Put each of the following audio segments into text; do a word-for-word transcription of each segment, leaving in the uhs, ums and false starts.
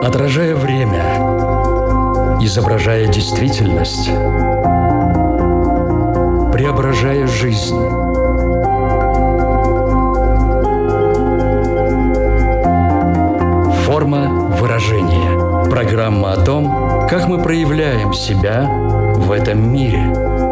Отражая время, изображая действительность, преображая жизнь. Форма выражения. Программа о том, как мы проявляем себя в этом мире.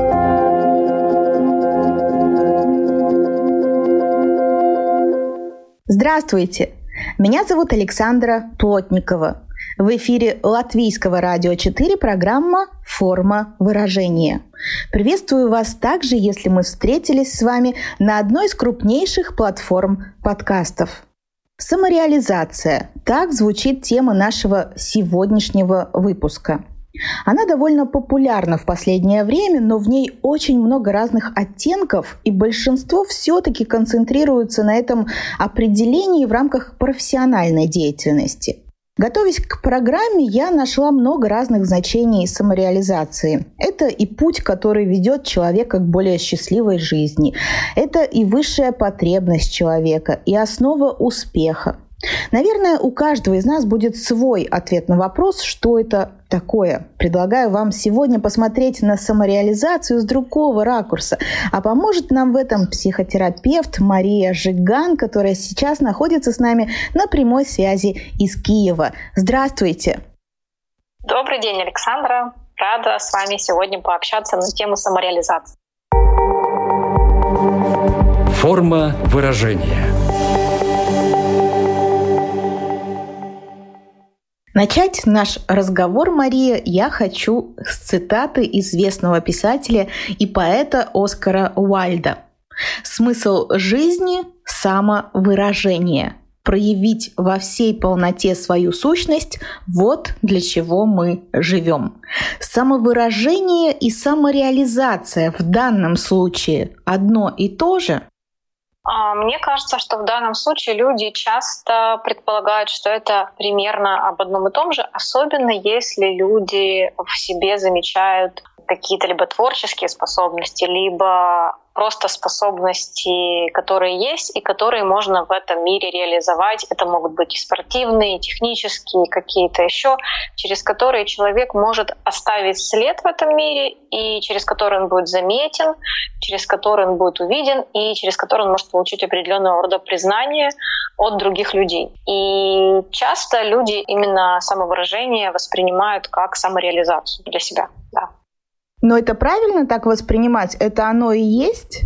Здравствуйте! Меня зовут Александра Плотникова. В эфире Латвийского радио четыре программа «Форма выражения». Приветствую вас также, если мы встретились с вами на одной из крупнейших платформ подкастов. Самореализация. Так звучит тема нашего сегодняшнего выпуска. Она довольно популярна в последнее время, но в ней очень много разных оттенков, и большинство все-таки концентрируется на этом определении в рамках профессиональной деятельности. Готовясь к программе, я нашла много разных значений самореализации. Это и путь, который ведет человека к более счастливой жизни. Это и высшая потребность человека, и основа успеха. Наверное, у каждого из нас будет свой ответ на вопрос, что это такое. Предлагаю вам сегодня посмотреть на самореализацию с другого ракурса. А поможет нам в этом психотерапевт Мария Жиган, которая сейчас находится с нами на прямой связи из Киева. Здравствуйте! Добрый день, Александра. Рада с вами сегодня пообщаться на тему самореализации. Форма выражения. Начать наш разговор, Мария, я хочу с цитаты известного писателя и поэта Оскара Уайльда. «Смысл жизни – самовыражение. Проявить во всей полноте свою сущность – вот для чего мы живем». Самовыражение и самореализация в данном случае одно и то же? Мне кажется, что в данном случае люди часто предполагают, что это примерно об одном и том же, особенно если люди в себе замечают какие-то либо творческие способности, либо просто способности, которые есть и которые можно в этом мире реализовать. Это могут быть и спортивные, и технические, и какие-то еще, через которые человек может оставить след в этом мире, и через который он будет заметен, через который он будет увиден, и через который он может получить определенного рода признание от других людей. И часто люди именно самовыражение воспринимают как самореализацию для себя. Да. Но это правильно так воспринимать? Это оно и есть?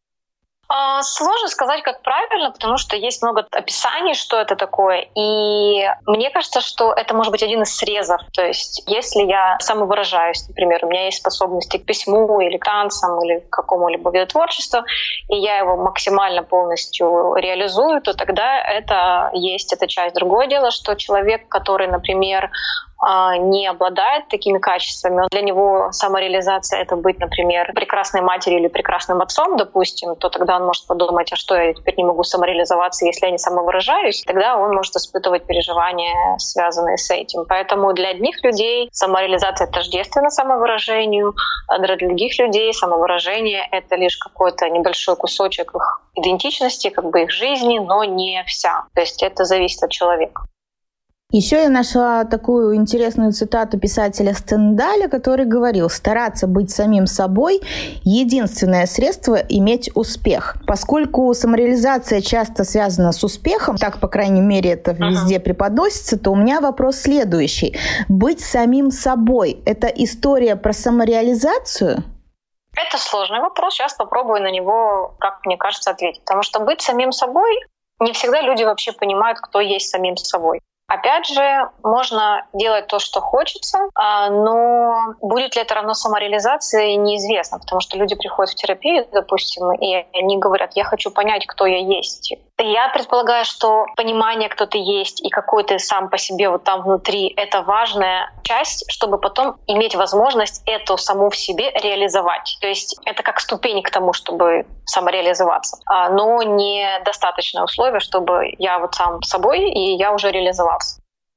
Сложно сказать, как правильно, потому что есть много описаний, что это такое. И мне кажется, что это может быть один из срезов. То есть если я самовыражаюсь, например, у меня есть способности к письму или к танцам или к какому-либо виду творчества, и я его максимально полностью реализую, то тогда это есть эта часть. Другое дело, что человек, который, например, не обладает такими качествами, для него самореализация — это быть, например, прекрасной матерью или прекрасным отцом, допустим, то тогда он может подумать, а что я теперь не могу самореализоваться, если я не самовыражаюсь, тогда он может испытывать переживания, связанные с этим. Поэтому для одних людей самореализация тождественна самовыражению, а для других людей самовыражение — это лишь какой-то небольшой кусочек их идентичности, как бы их жизни, но не вся. То есть это зависит от человека. Еще я нашла такую интересную цитату писателя Стендаля, который говорил: «Стараться быть самим собой – единственное средство иметь успех». Поскольку самореализация часто связана с успехом, так, по крайней мере, это везде преподносится, то у меня вопрос следующий. Быть самим собой – это история про самореализацию? Это сложный вопрос. Сейчас попробую на него, как мне кажется, ответить. Потому что быть самим собой – не всегда люди вообще понимают, кто есть самим собой. Опять же, можно делать то, что хочется, но будет ли это равно самореализации, неизвестно, потому что люди приходят в терапию, допустим, и они говорят: «Я хочу понять, кто я есть». Я предполагаю, что понимание, кто ты есть и какой ты сам по себе вот там внутри, это важная часть, чтобы потом иметь возможность эту саму в себе реализовать. То есть это как ступень к тому, чтобы самореализоваться, но недостаточное условие, чтобы я вот сам собой и я уже реализовался.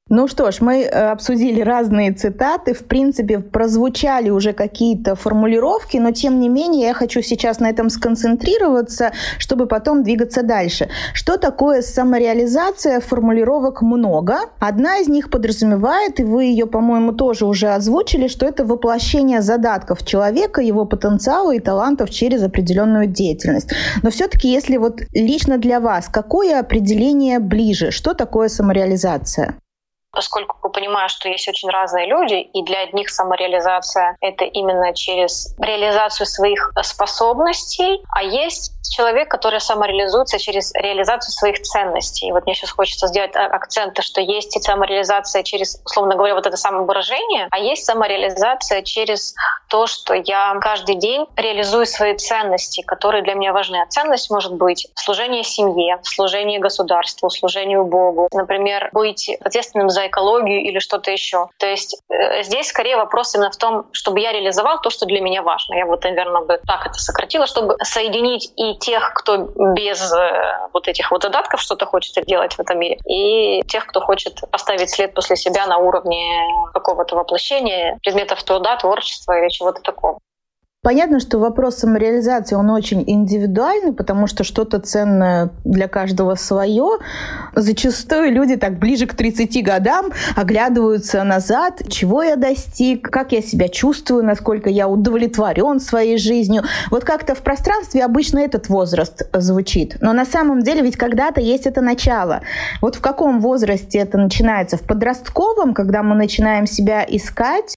Ну что ж, мы обсудили разные цитаты, в принципе, прозвучали уже какие-то формулировки, но тем не менее я хочу сейчас на этом сконцентрироваться, чтобы потом двигаться дальше. Что такое самореализация? Формулировок много. Одна из них подразумевает, и вы ее, по-моему, тоже уже озвучили, что это воплощение задатков человека, его потенциала и талантов через определенную деятельность. Но все-таки, если вот лично для вас, какое определение ближе? Что такое самореализация? Поскольку понимаю, что есть очень разные люди, и для одних самореализация — это именно через реализацию своих способностей, а есть человек, который самореализуется через реализацию своих ценностей. И вот мне сейчас хочется сделать акцент, что есть и самореализация через, условно говоря, вот это самовыражение, а есть самореализация через то, что я каждый день реализую свои ценности, которые для меня важны. А ценность может быть служение семье, служение государству, служению Богу, например, быть ответственным за экологию или что-то еще. То есть э, здесь скорее вопрос именно в том, чтобы я реализовал то, что для меня важно. Я вот, наверное, бы так это сократила, чтобы соединить и тех, кто без э, вот этих вот задатков что-то хочет делать в этом мире, и тех, кто хочет оставить след после себя на уровне какого-то воплощения предметов труда, творчества или чего-то такого. Понятно, что вопрос самореализации, он очень индивидуальный, потому что что-то ценное для каждого свое. Зачастую люди так ближе к тридцати годам оглядываются назад, чего я достиг, как я себя чувствую, насколько я удовлетворен своей жизнью. Вот как-то в пространстве обычно этот возраст звучит. Но на самом деле ведь когда-то есть это начало. Вот в каком возрасте это начинается? В подростковом, когда мы начинаем себя искать?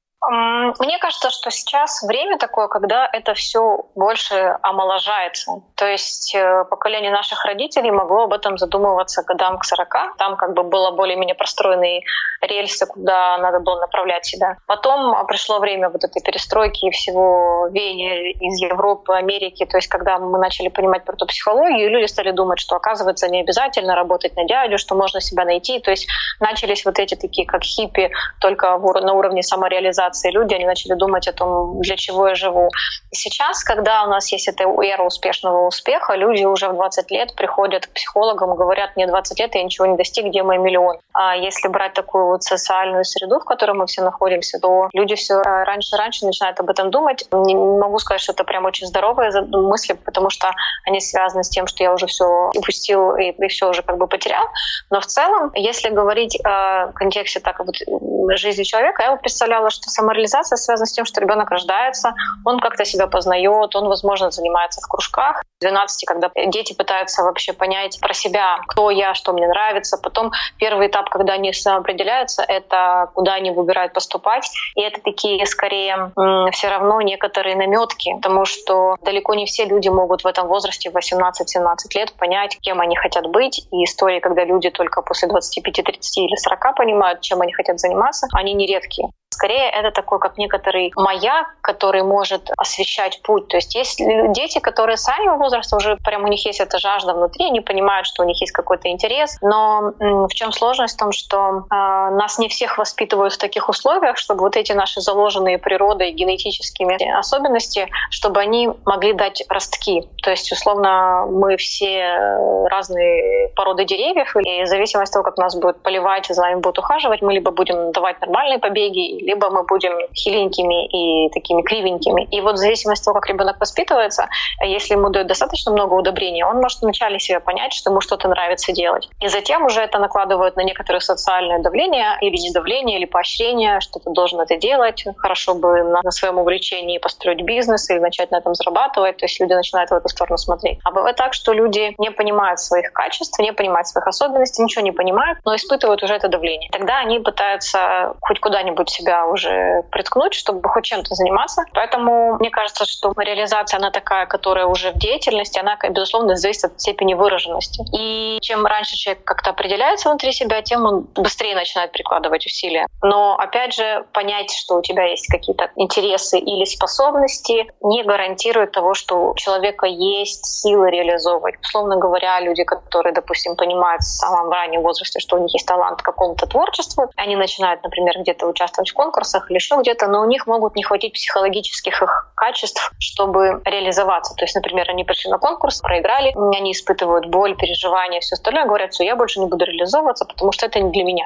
Мне кажется, что сейчас время такое, когда это все больше омоложается. То есть поколение наших родителей могло об этом задумываться годам к сорока. Там как бы было более-менее простроенные рельсы, куда надо было направлять себя. Потом пришло время вот этой перестройки и всего веяния из Европы, Америки. То есть когда мы начали понимать про эту психологию, люди стали думать, что оказывается не обязательно работать на дядю, что можно себя найти. То есть начались вот эти такие, как хиппи, только на уровне самореализации. Люди, они начали думать о том, для чего я живу. И сейчас, когда у нас есть эта эра успешного успеха, люди уже в двадцать лет приходят к психологам и говорят: мне двадцать лет, я ничего не достиг, где мой миллион? А если брать такую вот социальную среду, в которой мы все находимся, то люди все раньше и раньше начинают об этом думать. Не могу сказать, что это прям очень здоровые мысли, потому что они связаны с тем, что я уже все упустил и, и все уже как бы потерял. Но в целом, если говорить о контексте так вот жизни человека, я вот представляла, что самореализация связана с тем, что ребенок рождается, он как-то себя познает, он, возможно, занимается в кружках. В двенадцати, когда дети пытаются вообще понять про себя, кто я, что мне нравится. Потом первый этап, когда они самоопределяются, это куда они выбирают поступать. И это такие, скорее, все равно некоторые наметки, потому что далеко не все люди могут в этом возрасте, в восемнадцать-семнадцать лет, понять, кем они хотят быть. И истории, когда люди только после двадцати пяти, тридцати или сорока понимают, чем они хотят заниматься, они нередкие. Скорее, это такой, как некоторый маяк, который может освещать путь. То есть есть дети, которые сами возраста уже прям у них есть эта жажда внутри, они понимают, что у них есть какой-то интерес. Но в чем сложность? В том, что э, нас не всех воспитывают в таких условиях, чтобы вот эти наши заложенные природой генетическими особенности, чтобы они могли дать ростки. То есть, условно, мы все разные породы деревьев, и в зависимости от того, как нас будут поливать, за нами будут ухаживать, мы либо будем давать нормальные побеги, либо мы будем хиленькими и такими кривенькими. И вот в зависимости от того, как ребенок воспитывается, если ему дают достаточно много удобрений, он может вначале себя понять, что ему что-то нравится делать. И затем уже это накладывает на некоторое социальное давление, или не давление, или поощрение, что ты должен это делать. Хорошо бы на, на своем увлечении построить бизнес или начать на этом зарабатывать. То есть люди начинают в эту сторону смотреть. А бывает так, что люди не понимают своих качеств, не понимают своих особенностей, ничего не понимают, но испытывают уже это давление. Тогда они пытаются хоть куда-нибудь себя уже приткнуть, чтобы хоть чем-то заниматься. Поэтому мне кажется, что реализация, она такая, которая уже в деятельности, она, безусловно, зависит от степени выраженности. И чем раньше человек как-то определяется внутри себя, тем он быстрее начинает прикладывать усилия. Но, опять же, понять, что у тебя есть какие-то интересы или способности, не гарантирует того, что у человека есть силы реализовывать. Условно говоря, люди, которые, допустим, понимают в самом раннем возрасте, что у них есть талант к какому-то творчеству, они начинают, например, где-то участвовать в конкурсах или еще где-то, но у них могут не хватить психологических их качеств, чтобы реализоваться. То есть, например, они пришли на конкурс, проиграли, они испытывают боль, переживания, все остальное, говорят: все, я больше не буду реализовываться, потому что это не для меня.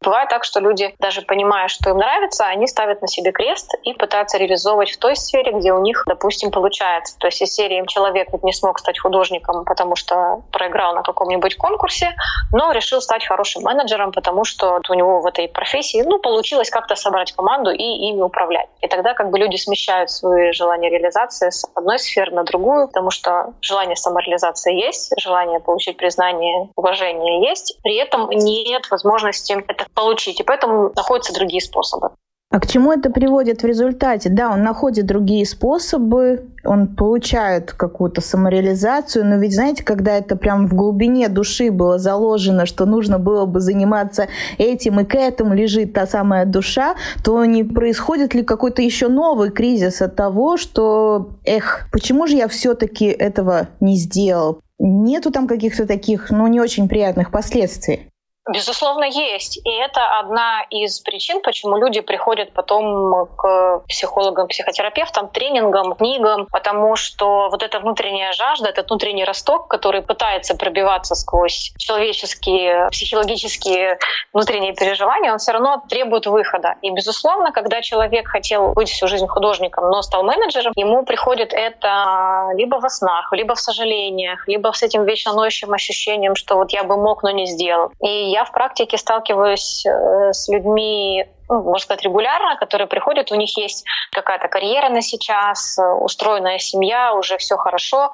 Бывает так, что люди, даже понимая, что им нравится, они ставят на себе крест и пытаются реализовывать в той сфере, где у них, допустим, получается. То есть из серии человек вот не смог стать художником, потому что проиграл на каком-нибудь конкурсе, но решил стать хорошим менеджером, потому что у него в этой профессии ну, получилось как-то собрать команду и ими управлять. И тогда как бы люди смещают свои желания реализации с одной сферы на другую, потому что желание самореализации есть, желание получить признание, уважение есть, при этом нет возможности это получить, и поэтому находятся другие способы. А к чему это приводит в результате? Да, он находит другие способы, он получает какую-то самореализацию, но ведь, знаете, когда это прям в глубине души было заложено, что нужно было бы заниматься этим, и к этому лежит та самая душа, то не происходит ли какой-то еще новый кризис от того, что, эх, почему же я все-таки этого не сделал? Нету там каких-то таких, ну, не очень приятных последствий? Безусловно, есть. И это одна из причин, почему люди приходят потом к психологам, психотерапевтам, тренингам, книгам, потому что вот эта внутренняя жажда, этот внутренний росток, который пытается пробиваться сквозь человеческие, психологические внутренние переживания, он все равно требует выхода. И, безусловно, когда человек хотел быть всю жизнь художником, но стал менеджером, ему приходит это либо во снах, либо в сожалениях, либо с этим вечно ноющим ощущением, что вот я бы мог, но не сделал. И я в практике сталкиваюсь с людьми, ну, можно сказать, регулярно, которые приходят, у них есть какая-то карьера на сейчас, устроенная семья, уже все хорошо,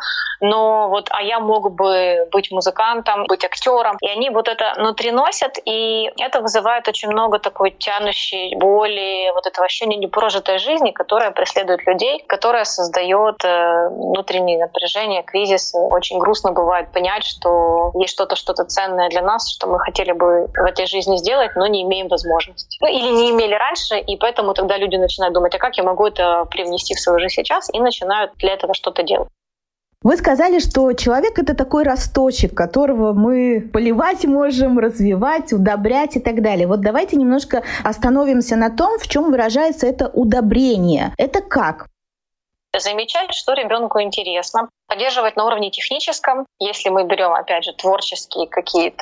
но вот, а я мог бы быть музыкантом, быть актером, и они вот это внутри носят, и это вызывает очень много такой тянущей боли, вот этого ощущения непрожитой жизни, которая преследует людей, которая создает внутреннее напряжение, кризис. Очень грустно бывает понять, что есть что-то, что-то ценное для нас, что мы хотели бы в этой жизни сделать, но не имеем возможности. Ну, или не имели раньше, и поэтому тогда люди начинают думать, а как я могу это привнести в свою жизнь сейчас, и начинают для этого что-то делать. Вы сказали, что человек — это такой росточек, которого мы поливать можем, развивать, удобрять и так далее. Вот давайте немножко остановимся на том, в чем выражается это удобрение. Это как? Замечать, что ребенку интересно, поддерживать на уровне техническом, если мы берем, опять же, творческие какие-то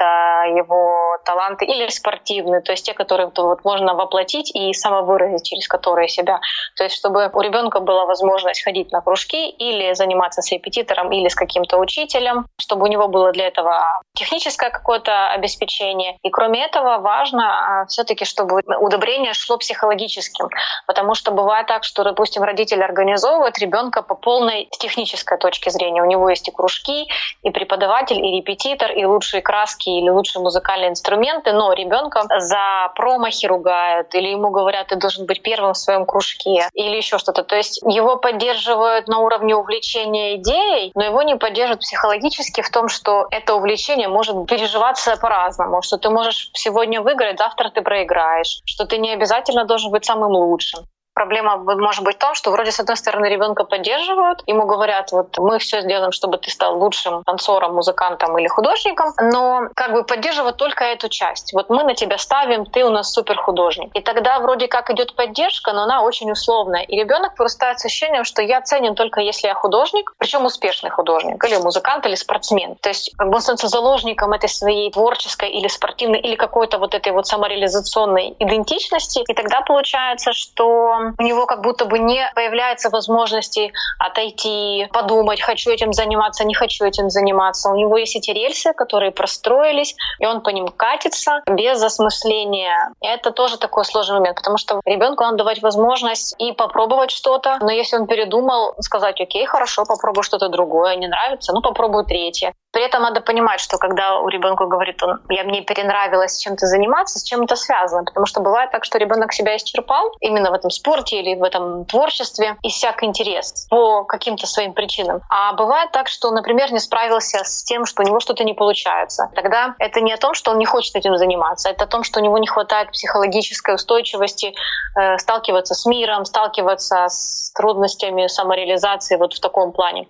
его таланты или спортивные, то есть те, которые вот можно воплотить и самовыразить, через которые себя. То есть чтобы у ребенка была возможность ходить на кружки или заниматься с репетитором или с каким-то учителем, чтобы у него было для этого техническое какое-то обеспечение. И кроме этого важно все-таки, чтобы удобрение шло психологическим, потому что бывает так, что, допустим, родитель организовывает ребенка по полной технической точке зрения. У него есть и кружки, и преподаватель, и репетитор, и лучшие краски, или лучшие музыкальные инструменты, но ребенка за промахи ругают, или ему говорят, ты должен быть первым в своем кружке, или еще что-то. То есть его поддерживают на уровне увлечения идеей, но его не поддерживают психологически в том, что это увлечение может переживаться по-разному, что ты можешь сегодня выиграть, завтра ты проиграешь, что ты не обязательно должен быть самым лучшим. Проблема может быть в том, что вроде с одной стороны ребенка поддерживают, ему говорят, вот мы все сделаем, чтобы ты стал лучшим танцором, музыкантом или художником, но как бы поддерживают только эту часть. Вот мы на тебя ставим, ты у нас суперхудожник. И тогда вроде как идет поддержка, но она очень условная. И ребенок вырастает с ощущением, что я ценен только если я художник, причем успешный художник, или музыкант, или спортсмен. То есть как бы он становится заложником этой своей творческой или спортивной, или какой-то вот этой вот самореализационной идентичности. И тогда получается, что у него как будто бы не появляется возможности отойти, подумать, хочу этим заниматься, не хочу этим заниматься. У него есть эти рельсы, которые простроились, и он по ним катится без осмысления. И это тоже такой сложный момент, потому что ребенку надо давать возможность и попробовать что-то, но если он передумал, сказать, окей, хорошо, попробую что-то другое, не нравится, ну попробую третье. При этом надо понимать, что когда у ребенка говорит, он, я мне перенравилось чем-то заниматься, с чем это связано, потому что бывает так, что ребенок себя исчерпал именно в этом спорте или в этом творчестве, иссяк интерес по каким-то своим причинам. А бывает так, что, например, не справился с тем, что у него что-то не получается. Тогда это не о том, что он не хочет этим заниматься, это о том, что у него не хватает психологической устойчивости э, сталкиваться с миром, сталкиваться с трудностями самореализации вот в таком плане.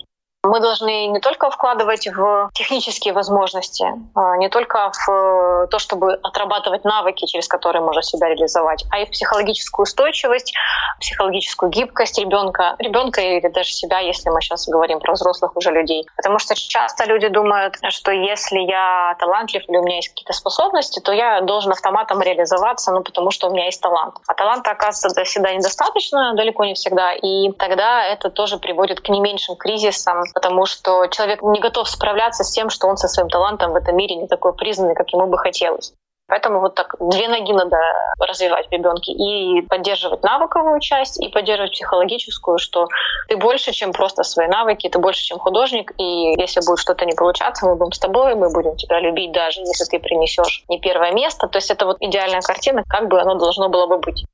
Мы должны не только вкладывать в технические возможности, не только в то, чтобы отрабатывать навыки, через которые можно себя реализовать, а и в психологическую устойчивость, психологическую гибкость ребенка, ребенка или даже себя, если мы сейчас говорим про взрослых уже людей. Потому что часто люди думают, что если я талантлив или у меня есть какие-то способности, то я должен автоматом реализоваться, ну потому что у меня есть талант. А таланта, оказывается, всегда недостаточно, далеко не всегда, и тогда это тоже приводит к не меньшим кризисам, потому что человек не готов справляться с тем, что он со своим талантом в этом мире не такой признанный, как ему бы хотелось. Поэтому вот так две ноги надо развивать в ребенке: и поддерживать навыковую часть, и поддерживать психологическую, что ты больше, чем просто свои навыки, ты больше, чем художник, и если будет что-то не получаться, мы будем с тобой, мы будем тебя любить, даже если ты принесешь не первое место. То есть это вот идеальная картина, как бы оно должно было бы быть.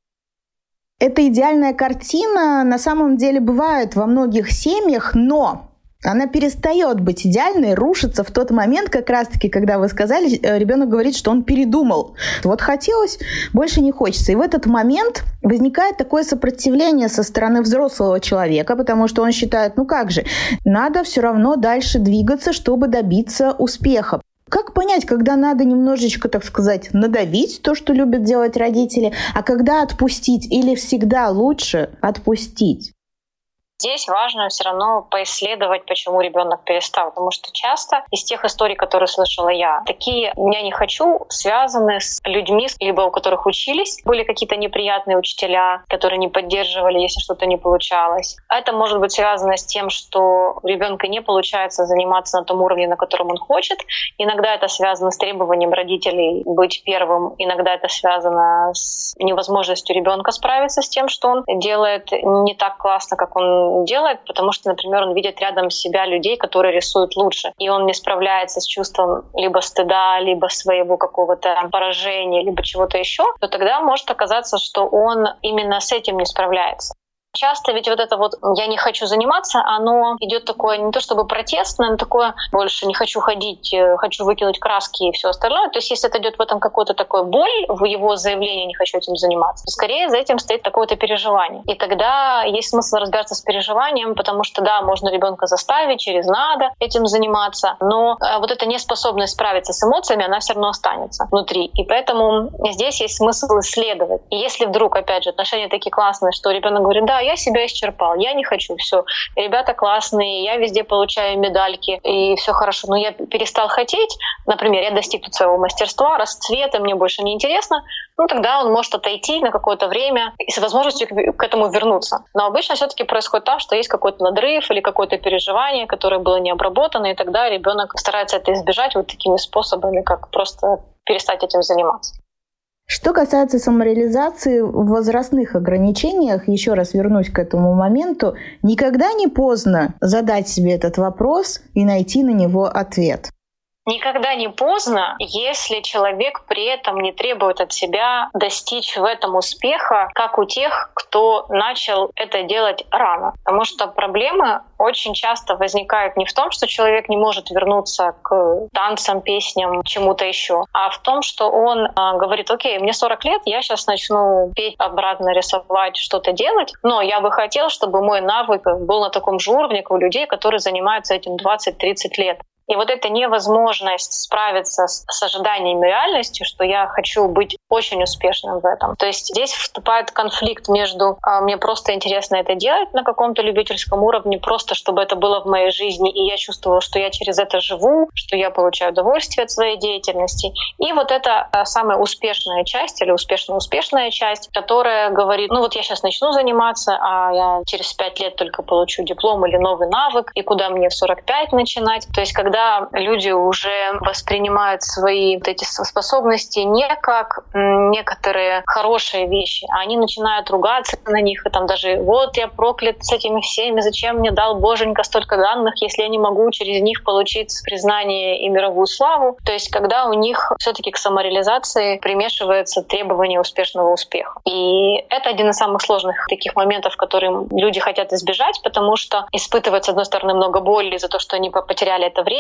Эта идеальная картина на самом деле бывает во многих семьях, но она перестает быть идеальной, рушится в тот момент, как раз-таки, когда вы сказали, ребенок говорит, что он передумал. Вот хотелось, больше не хочется. И в этот момент возникает такое сопротивление со стороны взрослого человека, потому что он считает, ну как же, надо все равно дальше двигаться, чтобы добиться успеха. Как понять, когда надо немножечко, так сказать, надавить то, что любят делать родители, а когда отпустить, или всегда лучше отпустить? Здесь важно все равно поисследовать, почему ребенок перестал. Потому что часто из тех историй, которые слышала я, такие «я не хочу» связаны с людьми, либо у которых учились, были какие-то неприятные учителя, которые не поддерживали, если что-то не получалось. Это может быть связано с тем, что у ребенка не получается заниматься на том уровне, на котором он хочет. Иногда это связано с требованием родителей быть первым. Иногда это связано с невозможностью ребенка справиться с тем, что он делает не так классно, как он делает, потому что, например, он видит рядом себя людей, которые рисуют лучше, и он не справляется с чувством либо стыда, либо своего какого-то поражения, либо чего-то еще, то тогда может оказаться, что он именно с этим не справляется. Часто ведь вот это вот «я не хочу заниматься», оно идет такое не то чтобы протестное, но такое «больше не хочу ходить, хочу выкинуть краски» и все остальное. То есть если это идет в этом какой-то такой боль в его заявлении «не хочу этим заниматься», то скорее за этим стоит какое-то переживание. И тогда есть смысл разбираться с переживанием, потому что да, можно ребенка заставить через «надо» этим заниматься, но вот эта неспособность справиться с эмоциями, она все равно останется внутри. И поэтому здесь есть смысл исследовать. И если вдруг, опять же, отношения такие классные, что ребенок говорит «да, я себя исчерпал, я не хочу, все, ребята классные, я везде получаю медальки, и все хорошо, но я перестал хотеть, например, я достиг тут своего мастерства, расцвета, мне больше не интересно», ну тогда он может отойти на какое-то время и с возможностью к этому вернуться. Но обычно все-таки происходит так, что есть какой-то надрыв или какое-то переживание, которое было не обработано, и тогда ребенок старается это избежать вот такими способами, как просто перестать этим заниматься. Что касается самореализации в возрастных ограничениях, еще раз вернусь к этому моменту, никогда не поздно задать себе этот вопрос и найти на него ответ. Никогда не поздно, если человек при этом не требует от себя достичь в этом успеха, как у тех, кто начал это делать рано. Потому что проблемы очень часто возникают не в том, что человек не может вернуться к танцам, песням, чему-то еще, а в том, что он э, говорит: окей, мне сорок лет, я сейчас начну петь обратно, рисовать, что-то делать, но я бы хотел, чтобы мой навык был на таком же уровне, как у людей, которые занимаются этим двадцать-тридцать лет. И вот эта невозможность справиться с, с ожиданиями реальности, что я хочу быть очень успешным в этом. То есть здесь вступает конфликт между а, «мне просто интересно это делать на каком-то любительском уровне, просто чтобы это было в моей жизни, и я чувствовала, что я через это живу, что я получаю удовольствие от своей деятельности». И вот эта а, самая успешная часть или успешно-успешная часть, которая говорит: ну вот я сейчас начну заниматься, а я через пять лет только получу диплом или новый навык, и куда мне в сорок пять начинать? То есть когда Когда люди уже воспринимают свои вот эти способности не как некоторые хорошие вещи, а они начинают ругаться на них, и там даже «вот я проклят с этими всеми, зачем мне дал Боженька столько данных, если я не могу через них получить признание и мировую славу». То есть когда у них все-таки к самореализации примешивается требование успешного успеха. И это один из самых сложных таких моментов, которые люди хотят избежать, потому что испытывают, с одной стороны, много боли за то, что они потеряли это время,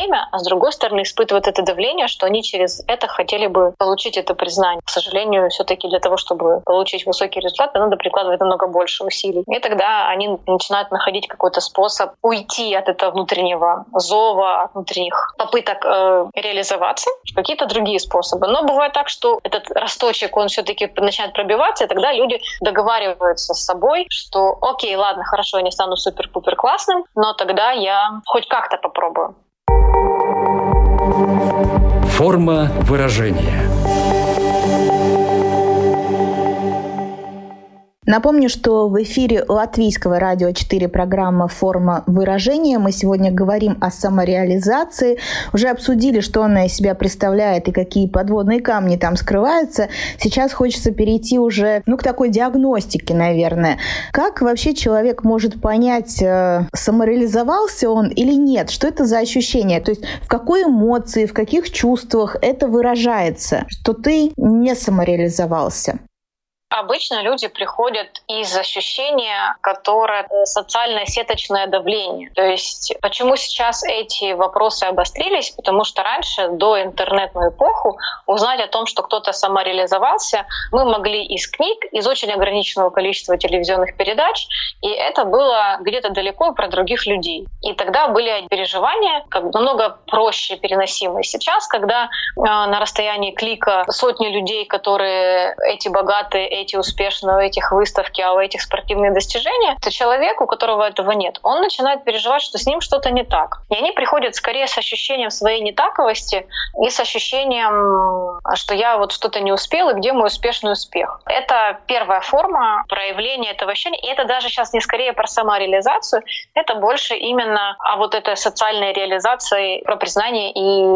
время, а с другой стороны испытывают это давление, что они через это хотели бы получить это признание. К сожалению, все-таки для того, чтобы получить высокий результат, надо прикладывать намного больше усилий. И тогда они начинают находить какой-то способ уйти от этого внутреннего зова, от внутренних попыток э, реализоваться, какие-то другие способы. Но бывает так, что этот росточек, он все-таки начинает пробиваться, и тогда люди договариваются с собой, что окей, ладно, хорошо, я не стану супер-пупер классным, но тогда я хоть как-то попробую. Форма выражения. Напомню, что в эфире Латвийского радио четыре программа «Форма выражения». Мы сегодня говорим о самореализации. Уже обсудили, что она из себя представляет и какие подводные камни там скрываются. Сейчас хочется перейти уже ну, к такой диагностике, наверное. Как вообще человек может понять, самореализовался он или нет? Что это за ощущение? То есть в какой эмоции, в каких чувствах это выражается, что ты не самореализовался? Обычно люди приходят из ощущения, которое социальное сеточное давление. То есть почему сейчас эти вопросы обострились? Потому что раньше, до интернетную эпоху, узнать о том, что кто-то самореализовался, мы могли из книг, из очень ограниченного количества телевизионных передач, и это было где-то далеко про других людей. И тогда были переживания как бы намного проще переносимые. Сейчас, когда э, на расстоянии клика сотни людей, которые эти богатые, эти успешные, у этих выставки, а у этих спортивные достижения, то человек, у которого этого нет, он начинает переживать, что с ним что-то не так. И они приходят скорее с ощущением своей нетаковости и с ощущением, что я вот что-то не успел, и где мой успешный успех. Это первая форма проявления этого ощущения. И это даже сейчас не скорее про самореализацию, это больше именно о вот этой социальной реализации, про признание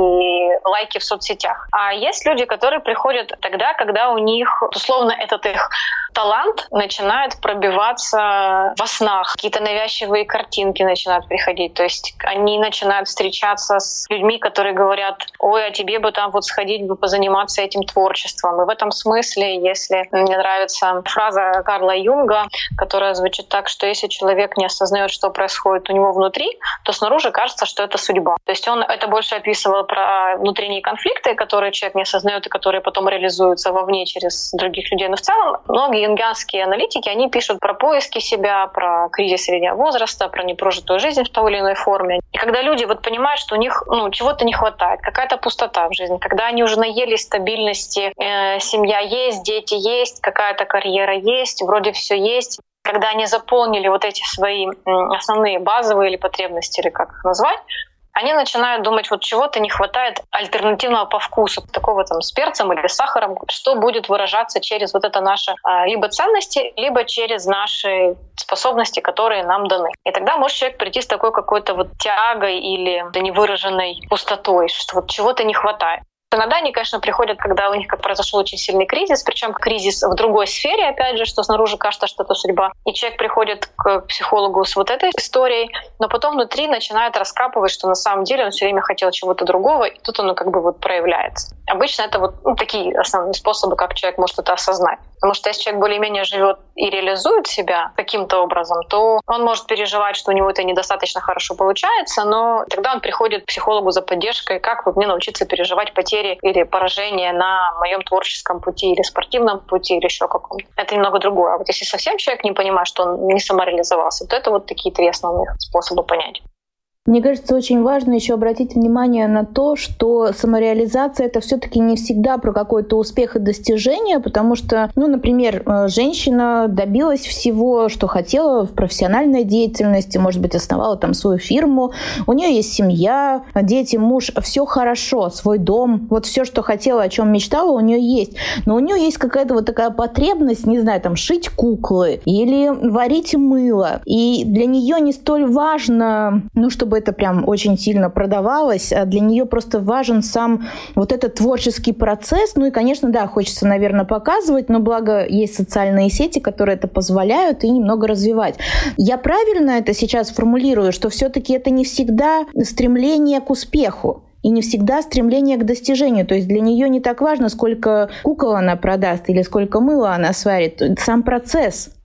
и лайки в соцсетях. А есть люди, которые приходят тогда, когда у них, условно, этот их талант начинает пробиваться во снах. Какие-то навязчивые картинки начинают приходить. То есть они начинают встречаться с людьми, которые говорят: ой, а тебе бы там вот сходить бы позаниматься этим творчеством. И в этом смысле, если мне нравится фраза Карла Юнга, которая звучит так, что если человек не осознает, что происходит у него внутри, то снаружи кажется, что это судьба. То есть он это больше описывал про внутренние конфликты, которые человек не осознает и которые потом реализуются вовне через других людей. Но в целом многие юнгианские аналитики, они пишут про поиски себя, про кризис среднего возраста, про непрожитую жизнь в той или иной форме. И когда люди вот понимают, что у них ну, чего-то не хватает, какая-то пустота в жизни, когда они уже наелись стабильности, э, семья есть, дети есть, какая-то карьера есть, вроде все есть, когда они заполнили вот эти свои основные базовые или потребности, или как их назвать, они начинают думать, вот чего-то не хватает альтернативного по вкусу, такого там с перцем или с сахаром, что будет выражаться через вот это наши а, либо ценности, либо через наши способности, которые нам даны. И тогда может человек прийти с такой какой-то вот тягой или невыраженной пустотой, что вот чего-то не хватает. Иногда они, конечно, приходят, когда у них как произошел очень сильный кризис, причем кризис в другой сфере, опять же, что снаружи кажется, что это судьба. И человек приходит к психологу с вот этой историей, но потом внутри начинает раскапывать, что на самом деле он все время хотел чего-то другого, и тут оно как бы вот проявляется. Обычно это вот ну, такие основные способы, как человек может это осознать. Потому что если человек более-менее живет и реализует себя каким-то образом, то он может переживать, что у него это недостаточно хорошо получается, но тогда он приходит к психологу за поддержкой, как вот мне научиться переживать потери или поражения на моем творческом пути или спортивном пути или еще каком-то. Это немного другое. А вот если совсем человек не понимает, что он не самореализовался, то это вот такие три основных способа понять. Мне кажется, очень важно еще обратить внимание на то, что самореализация — это все-таки не всегда про какой-то успех и достижение, потому что, ну, например, женщина добилась всего, что хотела в профессиональной деятельности, может быть, основала там свою фирму, у нее есть семья, дети, муж, все хорошо, свой дом, вот все, что хотела, о чем мечтала, у нее есть. Но у нее есть какая-то вот такая потребность, не знаю, там, шить куклы или варить мыло. И для нее не столь важно, ну, чтобы это прям очень сильно продавалось, а для нее просто важен сам вот этот творческий процесс. Ну и, конечно, да, хочется, наверное, показывать, но благо есть социальные сети, которые это позволяют, и немного развивать. Я правильно это сейчас формулирую, что все-таки это не всегда стремление к успеху и не всегда стремление к достижению. То есть для нее не так важно, сколько кукол она продаст или сколько мыла она сварит. Сам процесс.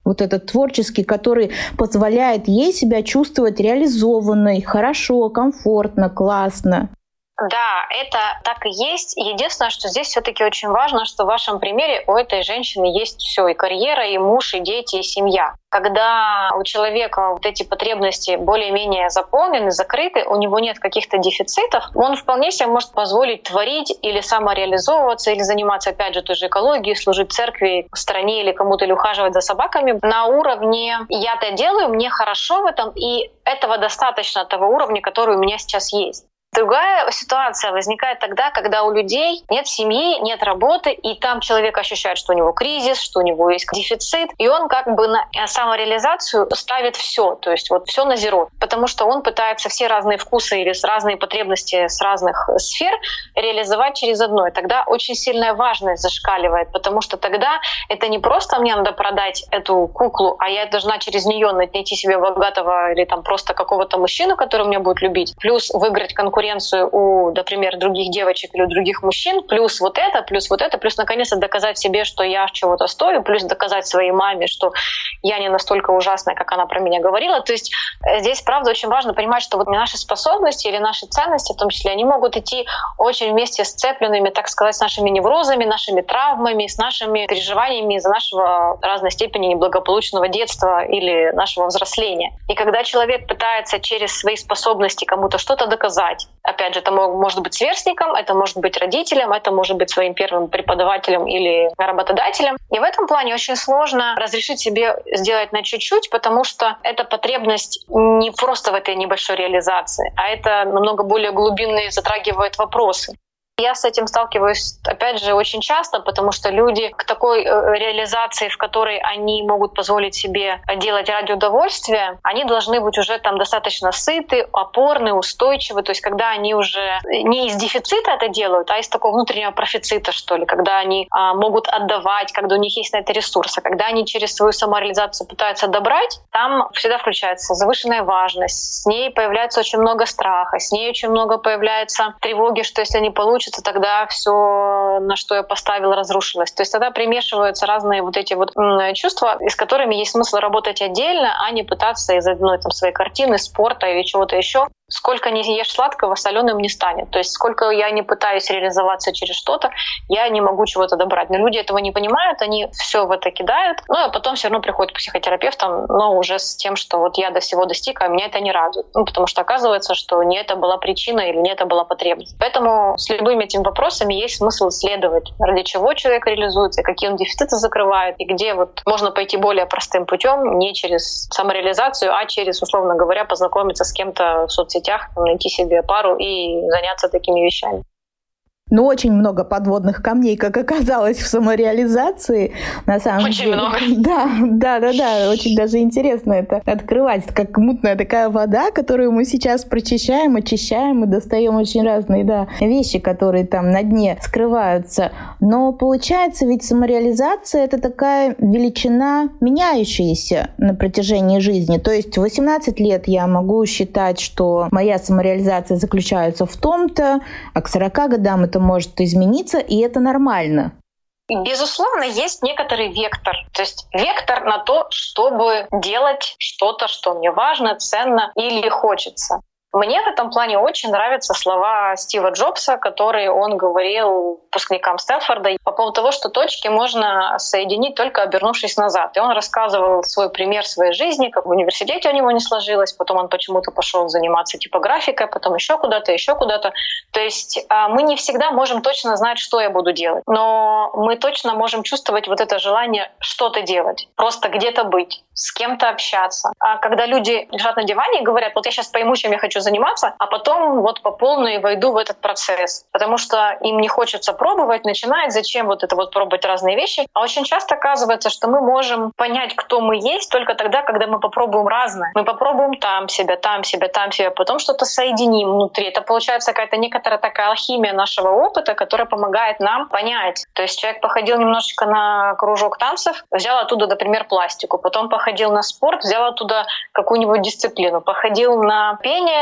вот этот творческий, который позволяет ей себя чувствовать реализованной, хорошо, комфортно, классно. Да, это так и есть. Единственное, что здесь все-таки очень важно, что в вашем примере у этой женщины есть все: и карьера, и муж, и дети, и семья. Когда у человека вот эти потребности более-менее заполнены, закрыты, у него нет каких-то дефицитов, он вполне себе может позволить творить или самореализовываться, или заниматься, опять же, той же экологией, служить церкви, стране или кому-то, или ухаживать за собаками на уровне «я это делаю, мне хорошо в этом, и этого достаточно, того уровня, который у меня сейчас есть». Другая ситуация возникает тогда, когда у людей нет семьи, нет работы, и там человек ощущает, что у него кризис, что у него есть дефицит, и он как бы на самореализацию ставит все, то есть вот все на зеро, потому что он пытается все разные вкусы или разные потребности с разных сфер реализовать через одно. И тогда очень сильная важность зашкаливает, потому что тогда это не просто мне надо продать эту куклу, а я должна через нее найти себе богатого или там просто какого-то мужчину, который меня будет любить, плюс выиграть конкуренцию у, например, других девочек или у других мужчин, плюс вот это, плюс вот это, плюс наконец-то доказать себе, что я чего-то стою, плюс доказать своей маме, что я не настолько ужасная, как она про меня говорила. То есть здесь, правда, очень важно понимать, что вот наши способности или наши ценности, в том числе, они могут идти очень вместе сцепленными, так сказать, с нашими неврозами, нашими травмами, с нашими переживаниями из-за нашего разной степени неблагополучного детства или нашего взросления. И когда человек пытается через свои способности кому-то что-то доказать, опять же, это может быть сверстником, это может быть родителем, это может быть своим первым преподавателем или работодателем. И в этом плане очень сложно разрешить себе сделать на чуть-чуть, потому что эта потребность не просто в этой небольшой реализации, а это намного более глубинные затрагивает вопросы. Я с этим сталкиваюсь, опять же, очень часто, потому что люди к такой реализации, в которой они могут позволить себе делать ради удовольствия, они должны быть уже там достаточно сыты, опорны, устойчивы. То есть когда они уже не из дефицита это делают, а из такого внутреннего профицита, что ли, когда они а, могут отдавать, когда у них есть на это ресурсы, когда они через свою самореализацию пытаются добрать, там всегда включается завышенная важность, с ней появляется очень много страха, с ней очень много появляется тревоги, что если не получится, тогда все, на что я поставила, разрушилось. То есть тогда примешиваются разные вот эти вот чувства, с которыми есть смысл работать отдельно, а не пытаться из одной там своей картины, спорта или чего-то еще. Сколько не ешь сладкого, соленым не станет. То есть сколько я не пытаюсь реализоваться через что-то, я не могу чего-то добрать. Но люди этого не понимают, они все в это кидают, ну а потом все равно приходят к психотерапевтам, но уже с тем, что вот я до всего достиг, а меня это не радует. Ну, потому что оказывается, что не это была причина или не это была потребность. Поэтому с любыми этими вопросами есть смысл исследовать, ради чего человек реализуется, какие он дефициты закрывает, и где вот можно пойти более простым путем, не через самореализацию, а через, условно говоря, познакомиться с кем-то в соцсетях, найти себе пару и заняться такими вещами. Ну, очень много подводных камней, как оказалось, в самореализации. На самом очень деле. много. Да, да, да, да. Очень даже интересно это открывать. Как мутная такая вода, которую мы сейчас прочищаем, очищаем и достаем очень разные, да, вещи, которые там на дне скрываются. Но получается, ведь самореализация — это такая величина, меняющаяся на протяжении жизни. То есть в восемнадцать лет я могу считать, что моя самореализация заключается в том-то, а к сорока годам это может измениться, и это нормально. Безусловно, есть некоторый вектор. То есть вектор на то, чтобы делать что-то, что мне важно, ценно или хочется. Мне в этом плане очень нравятся слова Стива Джобса, которые он говорил выпускникам Стэнфорда по поводу того, что точки можно соединить только обернувшись назад. И он рассказывал свой пример своей жизни, как в университете у него не сложилось, потом он почему-то пошел заниматься типографикой, потом еще куда-то, еще куда-то. То есть мы не всегда можем точно знать, что я буду делать, но мы точно можем чувствовать вот это желание что-то делать, просто где-то быть, с кем-то общаться. А когда люди лежат на диване и говорят, вот я сейчас пойму, чем я хочу заниматься, а потом вот по полной войду в этот процесс, потому что им не хочется пробовать, начинать, зачем вот это вот пробовать разные вещи. А очень часто оказывается, что мы можем понять, кто мы есть, только тогда, когда мы попробуем разное. Мы попробуем там себя, там себя, там себя, потом что-то соединим внутри. Это получается какая-то некоторая такая алхимия нашего опыта, которая помогает нам понять. То есть человек походил немножечко на кружок танцев, взял оттуда, например, пластику, потом походил на спорт, взял оттуда какую-нибудь дисциплину, походил на пение,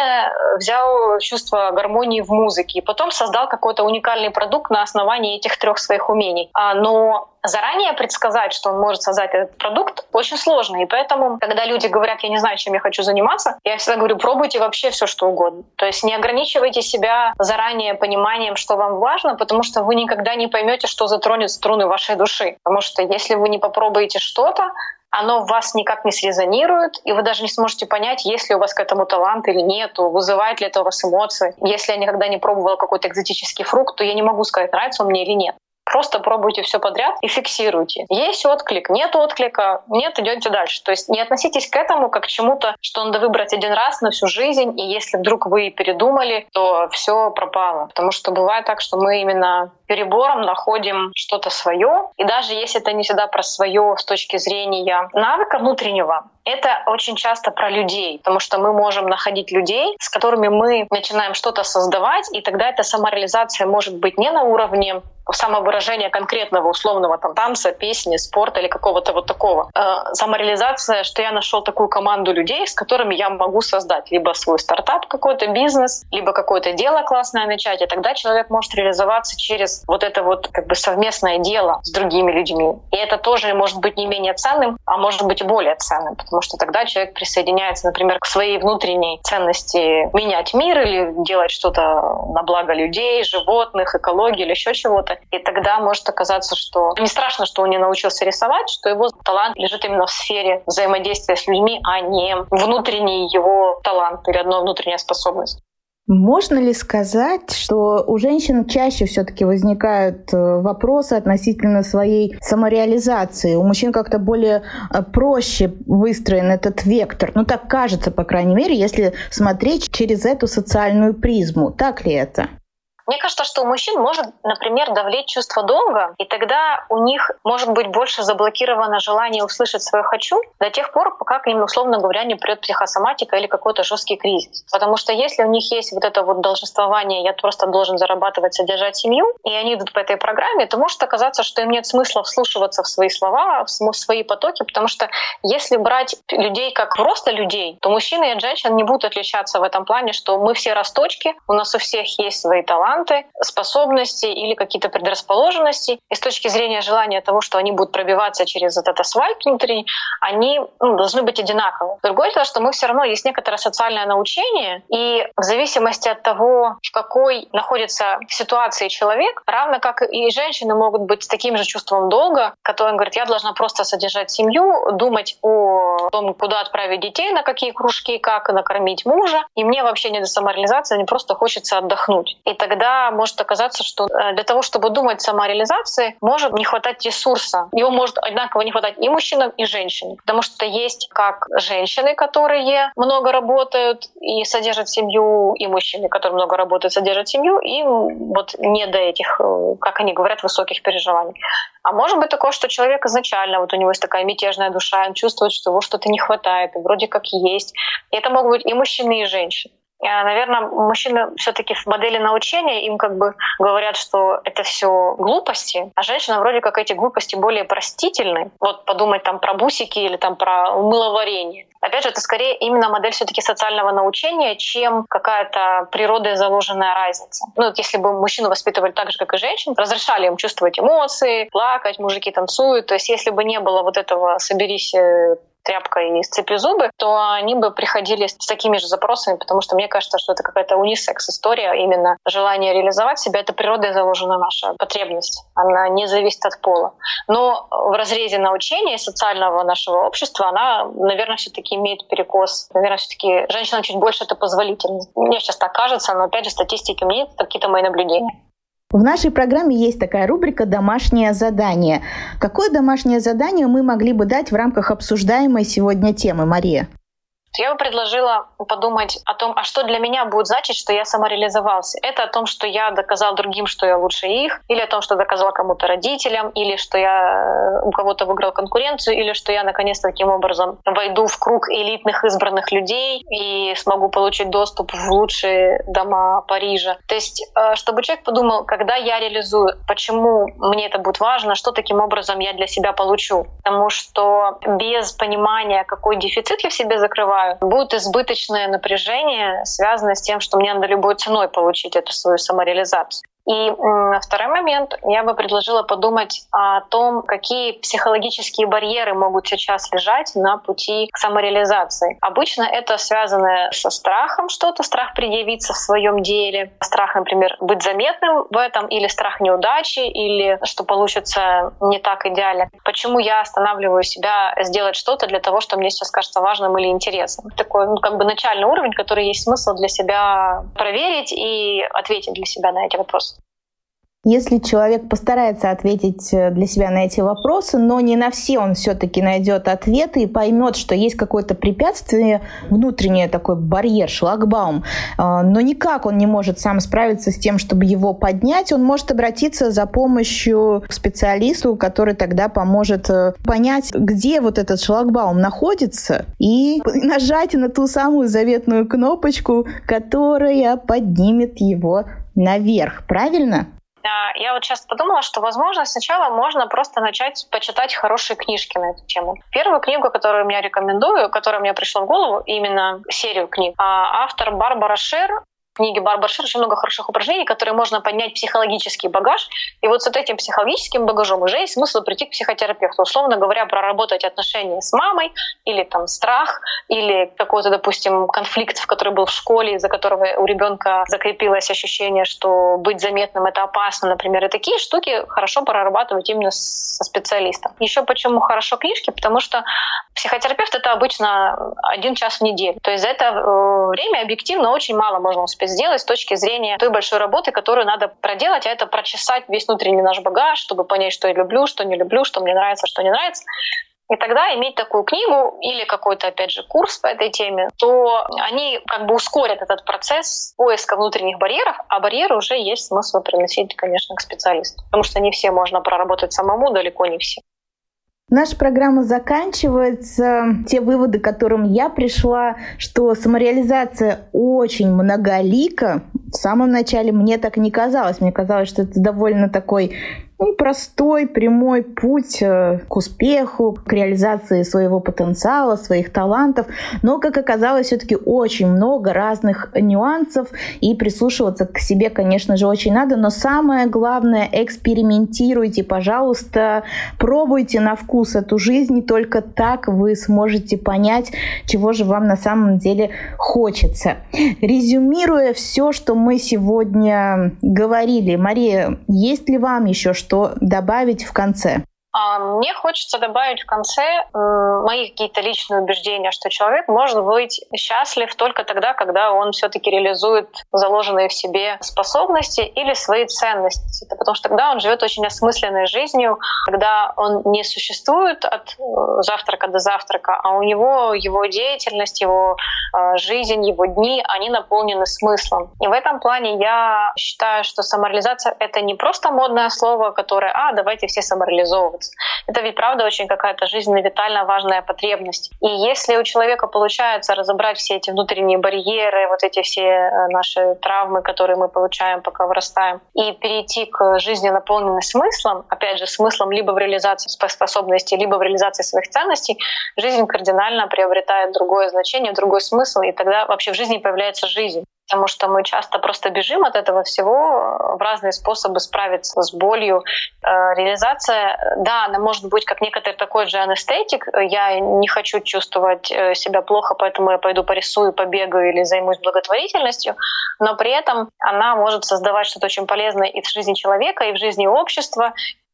главное, взял чувство гармонии в музыке и потом создал какой-то уникальный продукт на основании этих трех своих умений. Но заранее предсказать, что он может создать этот продукт, очень сложно. И поэтому, когда люди говорят, я не знаю, чем я хочу заниматься, я всегда говорю, пробуйте вообще все, что угодно. То есть не ограничивайте себя заранее пониманием, что вам важно, потому что вы никогда не поймете, что затронет струны вашей души. Потому что если вы не попробуете что-то, оно в вас никак не срезонирует, и вы даже не сможете понять, есть ли у вас к этому талант или нет, вызывает ли это у вас эмоции. Если я никогда не пробовала какой-то экзотический фрукт, то я не могу сказать, нравится он мне или нет. Просто пробуйте все подряд и фиксируйте. Есть отклик, нет отклика, нет, идете дальше. То есть не относитесь к этому как к чему-то, что надо выбрать один раз на всю жизнь, и если вдруг вы передумали, то все пропало. Потому что бывает так, что мы именно перебором находим что-то свое, и даже если это не всегда про свое с точки зрения навыка внутреннего, это очень часто про людей, потому что мы можем находить людей, с которыми мы начинаем что-то создавать, и тогда эта самореализация может быть не на уровне самовыражения конкретного условного там, танца, песни, спорта или какого-то вот такого. Э, самореализация, что я нашел такую команду людей, с которыми я могу создать либо свой стартап, какой-то бизнес, либо какое-то дело классное начать, и тогда человек может реализоваться через вот это вот как бы совместное дело с другими людьми. И это тоже может быть не менее ценным, а может быть и более ценным, потому что тогда человек присоединяется, например, к своей внутренней ценности менять мир или делать что-то на благо людей, животных, экологии или еще чего-то. И тогда может оказаться, что не страшно, что он не научился рисовать, что его талант лежит именно в сфере взаимодействия с людьми, а не внутренний его талант или одна внутренняя способность. Можно ли сказать, что у женщин чаще все-таки возникают вопросы относительно своей самореализации? У мужчин как-то более проще выстроен этот вектор. Ну, так кажется, по крайней мере, если смотреть через эту социальную призму. Так ли это? Мне кажется, что у мужчин может, например, давлеть чувство долга, и тогда у них может быть больше заблокировано желание услышать свое «хочу» до тех пор, пока к ним, условно говоря, не придет психосоматика или какой-то жесткий кризис. Потому что если у них есть вот это вот долженствование «я просто должен зарабатывать, содержать семью», и они идут по этой программе, то может оказаться, что им нет смысла вслушиваться в свои слова, в свои потоки, потому что если брать людей как просто людей, то мужчины и от женщин не будут отличаться в этом плане, что мы все росточки, у нас у всех есть свои таланты, способности или какие-то предрасположенности. И с точки зрения желания того, что они будут пробиваться через вот это свайп внутренний, они ну, должны быть одинаковы. Другое дело, что мы все равно есть некоторое социальное научение, и в зависимости от того, в какой находится ситуации человек, равно как и женщины могут быть с таким же чувством долга, которым говорит, я должна просто содержать семью, думать о том, куда отправить детей, на какие кружки, как накормить мужа, и мне вообще не до самореализации, мне просто хочется отдохнуть. И тогда может оказаться, что для того, чтобы думать о самореализации, может не хватать ресурса. Его может одинаково не хватать и мужчинам, и женщинам. Потому что есть как женщины, которые много работают и содержат семью, и мужчины, которые много работают, содержат семью, и вот не до этих, как они говорят, высоких переживаний. А может быть такое, что человек изначально, вот у него есть такая мятежная душа, он чувствует, что его что-то не хватает, и вроде как есть. И это могут быть и мужчины, и женщины. Наверное, мужчины все-таки в модели научения им как бы говорят, что это все глупости, а женщина вроде как эти глупости более простительны. Вот подумать там про бусики или там про мыловарение. Опять же, это скорее именно модель все-таки социального научения, чем какая-то природой заложенная разница. Ну, вот если бы мужчину воспитывали так же, как и женщин, разрешали им чувствовать эмоции, плакать, мужики танцуют. То есть если бы не было вот этого «соберись тряпкой и сцепи зубы», то они бы приходили с такими же запросами, потому что мне кажется, что это какая-то унисекс-история, именно желание реализовать себя, это природой заложена наша потребность, она не зависит от пола. Но в разрезе научения социального нашего общества она, наверное, все-таки имеет перекос. Наверное, все-таки женщинам чуть больше это позволительно. Мне сейчас так кажется, но опять же статистики мне это какие-то мои наблюдения. В нашей программе есть такая рубрика «Домашнее задание». Какое домашнее задание мы могли бы дать в рамках обсуждаемой сегодня темы, Мария? Я бы предложила подумать о том, а что для меня будет значить, что я самореализовался. Это о том, что я доказал другим, что я лучше их, или о том, что доказал кому-то родителям, или что я у кого-то выиграл конкуренцию, или что я наконец-то таким образом войду в круг элитных избранных людей и смогу получить доступ в лучшие дома Парижа. То есть, чтобы человек подумал, когда я реализую, почему мне это будет важно, что таким образом я для себя получу. Потому что без понимания, какой дефицит я в себе закрываю, переживаю. Будет избыточное напряжение, связанное с тем, что мне надо любой ценой получить эту свою самореализацию. И м, второй момент, я бы предложила подумать о том, какие психологические барьеры могут сейчас лежать на пути к самореализации. Обычно это связано со страхом что-то, страх предъявиться в своем деле, страх, например, быть заметным в этом, или страх неудачи, или что получится не так идеально. Почему я останавливаю себя сделать что-то для того, что мне сейчас кажется важным или интересным? Такой, ну, как бы начальный уровень, который есть смысл для себя проверить и ответить для себя на эти вопросы. Если человек постарается ответить для себя на эти вопросы, но не на все он все-таки найдет ответы и поймет, что есть какое-то препятствие, внутренний такой барьер, шлагбаум, но никак он не может сам справиться с тем, чтобы его поднять, он может обратиться за помощью к специалисту, который тогда поможет понять, где вот этот шлагбаум находится, и нажать на ту самую заветную кнопочку, которая поднимет его наверх. Правильно? Я вот сейчас подумала, что, возможно, сначала можно просто начать почитать хорошие книжки на эту тему. Первую книгу, которую я рекомендую, которая мне пришла в голову, именно серию книг, автор Барбара Шер. В книге Барбары Шер очень много хороших упражнений, которые можно поднять психологический багаж. И вот с этим психологическим багажом уже есть смысл прийти к психотерапевту. Условно говоря, проработать отношения с мамой, или там страх, или какой-то, допустим, конфликт, в который был в школе, из-за которого у ребенка закрепилось ощущение, что быть заметным — это опасно, например. И такие штуки хорошо прорабатывать именно со специалистом. Еще почему хорошо книжки? Потому что психотерапевт — это обычно один час в неделю. То есть за это время объективно очень мало можно успеть сделать с точки зрения той большой работы, которую надо проделать, а это прочесать весь внутренний наш багаж, чтобы понять, что я люблю, что не люблю, что мне нравится, что не нравится. И тогда иметь такую книгу или какой-то, опять же, курс по этой теме, то они как бы ускорят этот процесс поиска внутренних барьеров, а барьеры уже есть смысл приносить, конечно, к специалисту. Потому что не все можно проработать самому, далеко не все. Наша программа заканчивается. Те выводы, к которым я пришла, что самореализация очень многолика. В самом начале мне так не казалось. Мне казалось, что это довольно такой ну, простой, прямой путь к успеху, к реализации своего потенциала, своих талантов. Но, как оказалось, все-таки очень много разных нюансов. И прислушиваться к себе, конечно же, очень надо. Но самое главное, экспериментируйте, пожалуйста, пробуйте на вкус эту жизнь. И только так вы сможете понять, чего же вам на самом деле хочется. Резюмируя все, что мы сегодня говорили, Мария, есть ли вам еще что Что добавить в конце? Мне хочется добавить в конце мои какие-то личные убеждения, что человек может быть счастлив только тогда, когда он все-таки реализует заложенные в себе способности или свои ценности. Это потому что тогда он живет очень осмысленной жизнью, когда он не существует от завтрака до завтрака, а у него его деятельность, его жизнь, его дни, они наполнены смыслом. И в этом плане я считаю, что самореализация — это не просто модное слово, которое «а, давайте все самореализовываться». Это ведь правда очень какая-то жизненно витально важная потребность. И если у человека получается разобрать все эти внутренние барьеры, вот эти все наши травмы, которые мы получаем, пока вырастаем, и перейти к жизни, наполненной смыслом, опять же, смыслом либо в реализации способностей, либо в реализации своих ценностей, жизнь кардинально приобретает другое значение, другой смысл, и тогда вообще в жизни появляется жизнь. Потому что мы часто просто бежим от этого всего в разные способы справиться с болью. Реализация, да, она может быть как некоторый такой же анестетик. Я не хочу чувствовать себя плохо, поэтому я пойду порисую, побегаю или займусь благотворительностью. Но при этом она может создавать что-то очень полезное и в жизни человека, и в жизни общества.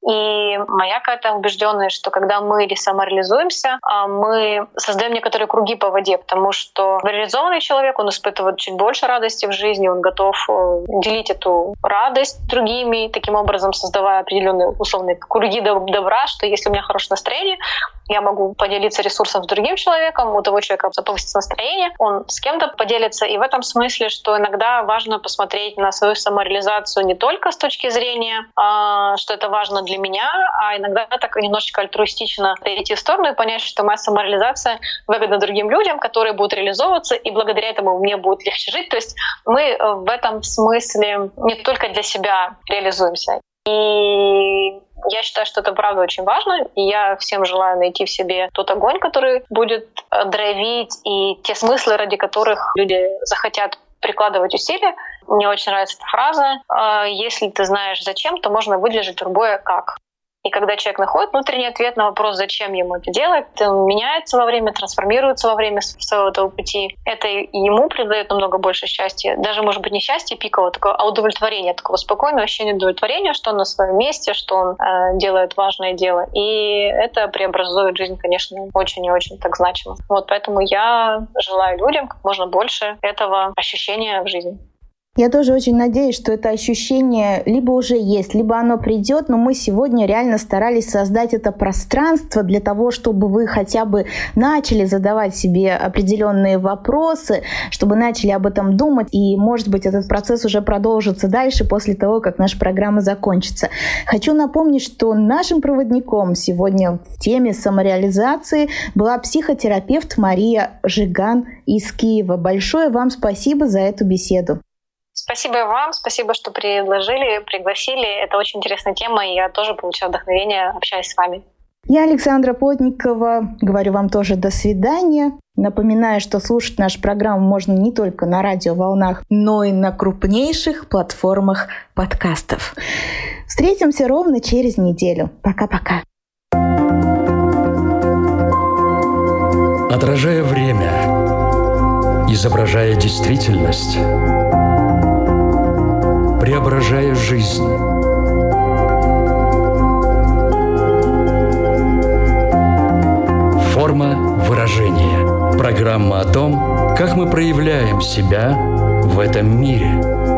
И моя какая-то убежденность, что когда мы самореализуемся, мы создаем некоторые круги по воде, потому что реализованный человек, он испытывает чуть больше радости в жизни, он готов делить эту радость с другими, таким образом создавая определенные условные круги добра, что если у меня хорошее настроение, я могу поделиться ресурсом с другим человеком, у того человека повысится настроение, он с кем-то поделится. И в этом смысле, что иногда важно посмотреть на свою самореализацию не только с точки зрения, что это важно для меня, а иногда так немножечко альтруистично перейти в сторону и понять, что моя самореализация выгодна другим людям, которые будут реализовываться, и благодаря этому мне будет легче жить. То есть мы в этом смысле не только для себя реализуемся. И Я считаю, что это правда очень важно, и я всем желаю найти в себе тот огонь, который будет драйвить, и те смыслы, ради которых люди захотят прикладывать усилия. Мне очень нравится эта фраза. Если ты знаешь зачем, то можно выдержать любое как. И когда человек находит внутренний ответ на вопрос, зачем ему это делать, он меняется во время, трансформируется во время своего этого пути. Это ему придает намного больше счастья. Даже, может быть, не счастья пикового, такого, а удовлетворения, такого спокойного ощущения удовлетворения, что он на своем месте, что он э, делает важное дело. И это преобразует жизнь, конечно, очень и очень так значимо. Вот поэтому я желаю людям как можно больше этого ощущения в жизни. Я тоже очень надеюсь, что это ощущение либо уже есть, либо оно придет, но мы сегодня реально старались создать это пространство для того, чтобы вы хотя бы начали задавать себе определенные вопросы, чтобы начали об этом думать, и, может быть, этот процесс уже продолжится дальше после того, как наша программа закончится. Хочу напомнить, что нашим проводником сегодня в теме самореализации была психотерапевт Мария Жиган из Киева. Большое вам спасибо за эту беседу. Спасибо вам, спасибо, что предложили, пригласили. Это очень интересная тема, и я тоже получаю вдохновение, общаясь с вами. Я, Александра Плотникова, говорю вам тоже до свидания. Напоминаю, что слушать нашу программу можно не только на радиоволнах, но и на крупнейших платформах подкастов. Встретимся ровно через неделю. Пока-пока. Отражая время, изображая действительность, преображая жизнь. Форма выражения. Программа о том, как мы проявляем себя в этом мире.